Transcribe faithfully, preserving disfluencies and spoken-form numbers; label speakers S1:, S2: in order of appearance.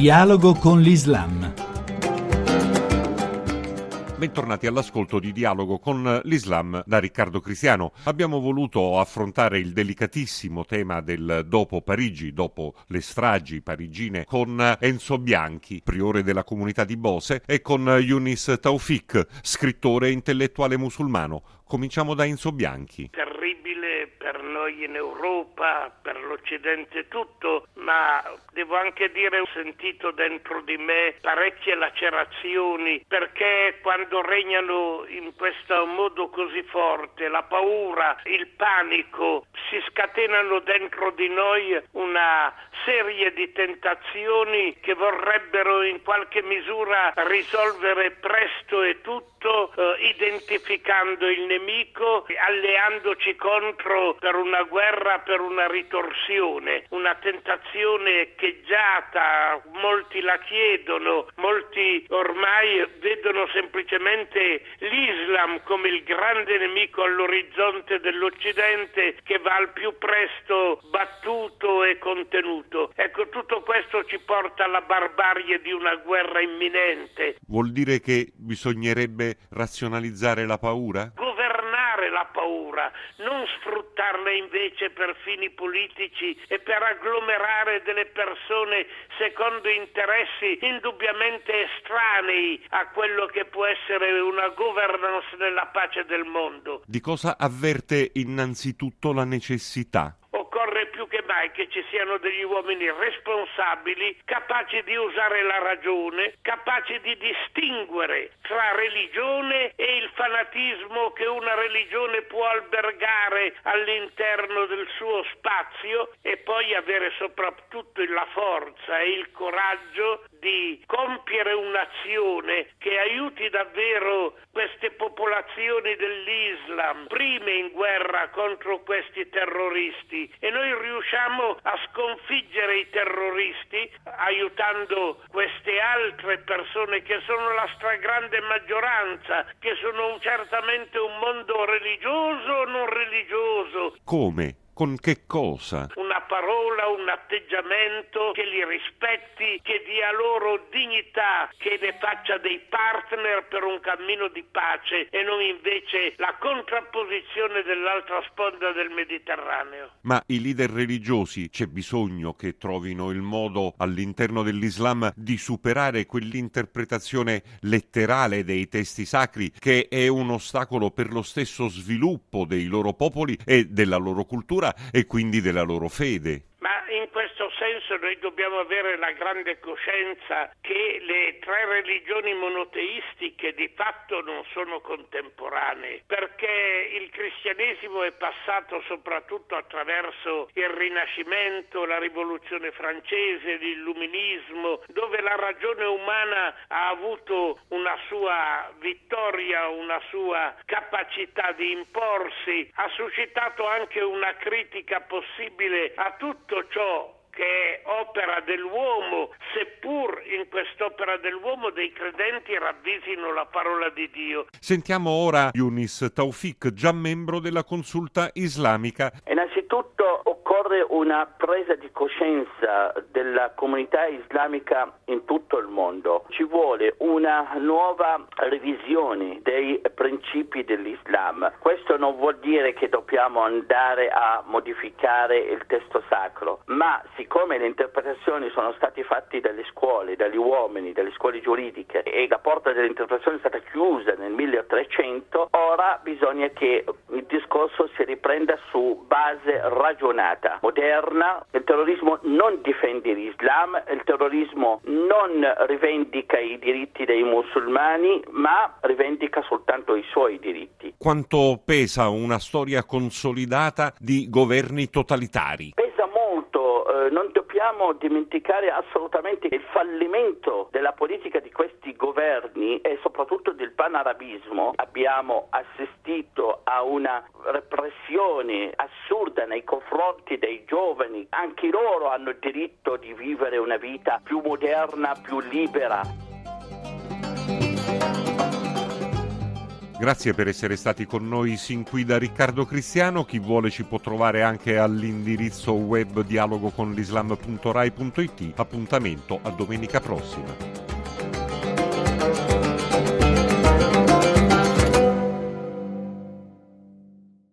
S1: Dialogo con l'Islam.
S2: Bentornati all'ascolto di Dialogo con l'Islam da Riccardo Cristiano. Abbiamo voluto affrontare il delicatissimo tema del dopo Parigi, dopo le stragi parigine, con Enzo Bianchi, priore della comunità di Bose, e con Younis Taoufik, scrittore e intellettuale musulmano. Cominciamo da Enzo Bianchi.
S3: Terribile per noi in Europa, per l'Occidente tutto, ma devo anche dire ho sentito dentro di me parecchie lacerazioni, perché quando regnano in questo modo così forte la paura, il panico, si scatenano dentro di noi una serie di tentazioni che vorrebbero in qualche misura risolvere presto e tutto, eh, identificando il nemico, alleandoci contro per una guerra, per una ritorsione, una tentazione echeggiata, molti la chiedono, molti ormai vedono semplicemente l'Islam come il grande nemico all'orizzonte dell'Occidente che va al più presto battuto e contenuto. Ecco, tutto questo ci porta alla barbarie di una guerra imminente.
S2: Vuol dire che bisognerebbe razionalizzare la paura?
S3: Governare la paura, non sfruttarla invece per fini politici e per agglomerare delle persone secondo interessi indubbiamente estranei a quello che può essere una governance nella pace del mondo.
S2: Di cosa avverte innanzitutto la necessità?
S3: Occorre più che mai che ci siano degli uomini responsabili, capaci di usare la ragione, capaci di distinguere tra religione e il fanatismo che una religione può albergare all'interno del suo spazio, e poi avere soprattutto la forza e il coraggio di compiere un'azione che aiuti davvero queste popolazioni dell'Islam, prime in guerra contro questi terroristi, e noi riusciamo a sconfiggere i terroristi aiutando queste altre persone che sono la stragrande maggioranza, che sono certamente un mondo religioso o non religioso.
S2: Come? Con che cosa?
S3: Una parola, un atteggiamento che li rispetti, che dia loro dignità, che ne faccia dei partner per un cammino di pace e non invece la contrapposizione dell'altra sponda del Mediterraneo.
S2: Ma i leader religiosi c'è bisogno che trovino il modo all'interno dell'Islam di superare quell'interpretazione letterale dei testi sacri che è un ostacolo per lo stesso sviluppo dei loro popoli e della loro cultura e quindi della loro fede.
S3: Ma in questo senso noi dobbiamo avere la grande coscienza che le tre religioni monoteistiche di fatto non sono contemporanee, perché il cristianesimo è passato soprattutto attraverso il Rinascimento, la Rivoluzione francese, l'Illuminismo, dove la ragione umana ha avuto una sua vittoria, una sua capacità di imporsi, ha suscitato anche una critica possibile a tutto ciò che è opera dell'uomo, seppur in quest'opera dell'uomo dei credenti ravvisino la parola di Dio.
S2: Sentiamo ora Younis Taoufik, già membro della Consulta Islamica.
S4: Innanzitutto occorre una presa di coscienza della comunità islamica in tutto il mondo. Ci vuole una nuova revisione dei principi dell'Islam. Questo non vuol dire che dobbiamo andare a modificare il testo sacro, ma siccome le interpretazioni sono state fatte dalle scuole, dagli uomini, dalle scuole giuridiche, e la porta dell'interpretazione è stata chiusa nel milletrecento, ora bisogna che il discorso si riprenda su base ragionata, moderna. Il terrorismo non difende l'Islam, il terrorismo non rivendica i diritti dei musulmani, ma rivendica soltanto i suoi diritti.
S2: Quanto pesa una storia consolidata di governi totalitari?
S4: Pesa molto, eh, non dobbiamo dimenticare assolutamente il fallimento della politica di questi governi e soprattutto del panarabismo. Abbiamo assistito a una repressione assurda nei confronti dei giovani. Anche loro hanno il diritto di vivere una vita più moderna, più libera.
S2: Grazie per essere stati con noi sin qui da Riccardo Cristiano. Chi vuole ci può trovare anche all'indirizzo web dialogo con l'islam punto rai punto it. Appuntamento a domenica prossima.